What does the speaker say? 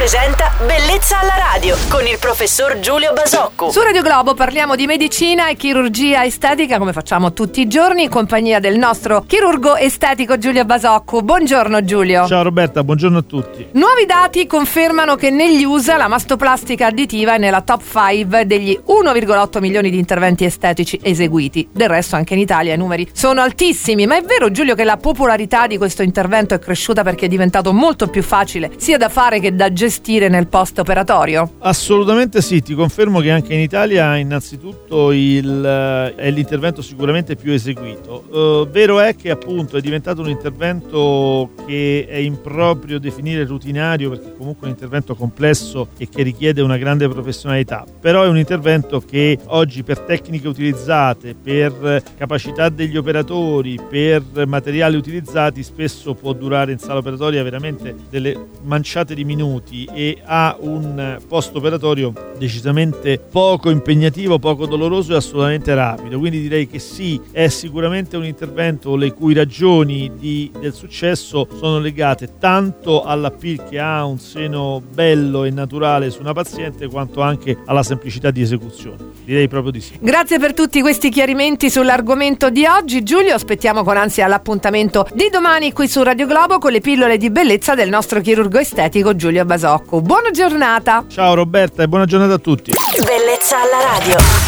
presenta Bellezza alla radio con il professor Giulio Basocco. Su Radio Globo parliamo di medicina e chirurgia estetica, come facciamo tutti i giorni, in compagnia del nostro chirurgo estetico Giulio Basocco. Buongiorno Giulio. Ciao Roberta, buongiorno a tutti. Nuovi dati confermano che negli USA la mastoplastica additiva è nella top 5 degli 1,8 milioni di interventi estetici eseguiti. Del resto anche in Italia i numeri sono altissimi. Ma è vero, Giulio, che la popolarità di questo intervento è cresciuta perché è diventato molto più facile sia da fare che da gestire nel post operatorio? Assolutamente sì, ti confermo che anche in Italia innanzitutto è l'intervento sicuramente più eseguito. Vero è che appunto è diventato un intervento che è improprio definire rutinario, perché comunque è un intervento complesso e che richiede una grande professionalità, però è un intervento che oggi, per tecniche utilizzate, per capacità degli operatori, per materiali utilizzati, spesso può durare in sala operatoria veramente delle manciate di minuti e ha un post operatorio decisamente poco impegnativo, poco doloroso e assolutamente rapido. Quindi direi che sì, è sicuramente un intervento le cui ragioni del successo sono legate tanto all'appeal che ha un seno bello e naturale su una paziente, quanto anche alla semplicità di esecuzione. Direi proprio di sì. Grazie per tutti questi chiarimenti sull'argomento di oggi, Giulio. Aspettiamo con ansia l'appuntamento di domani qui su Radio Globo con le pillole di bellezza del nostro chirurgo estetico Giulio Basocco. Buona giornata. Ciao Roberta e buona giornata a tutti. Bellezza alla radio.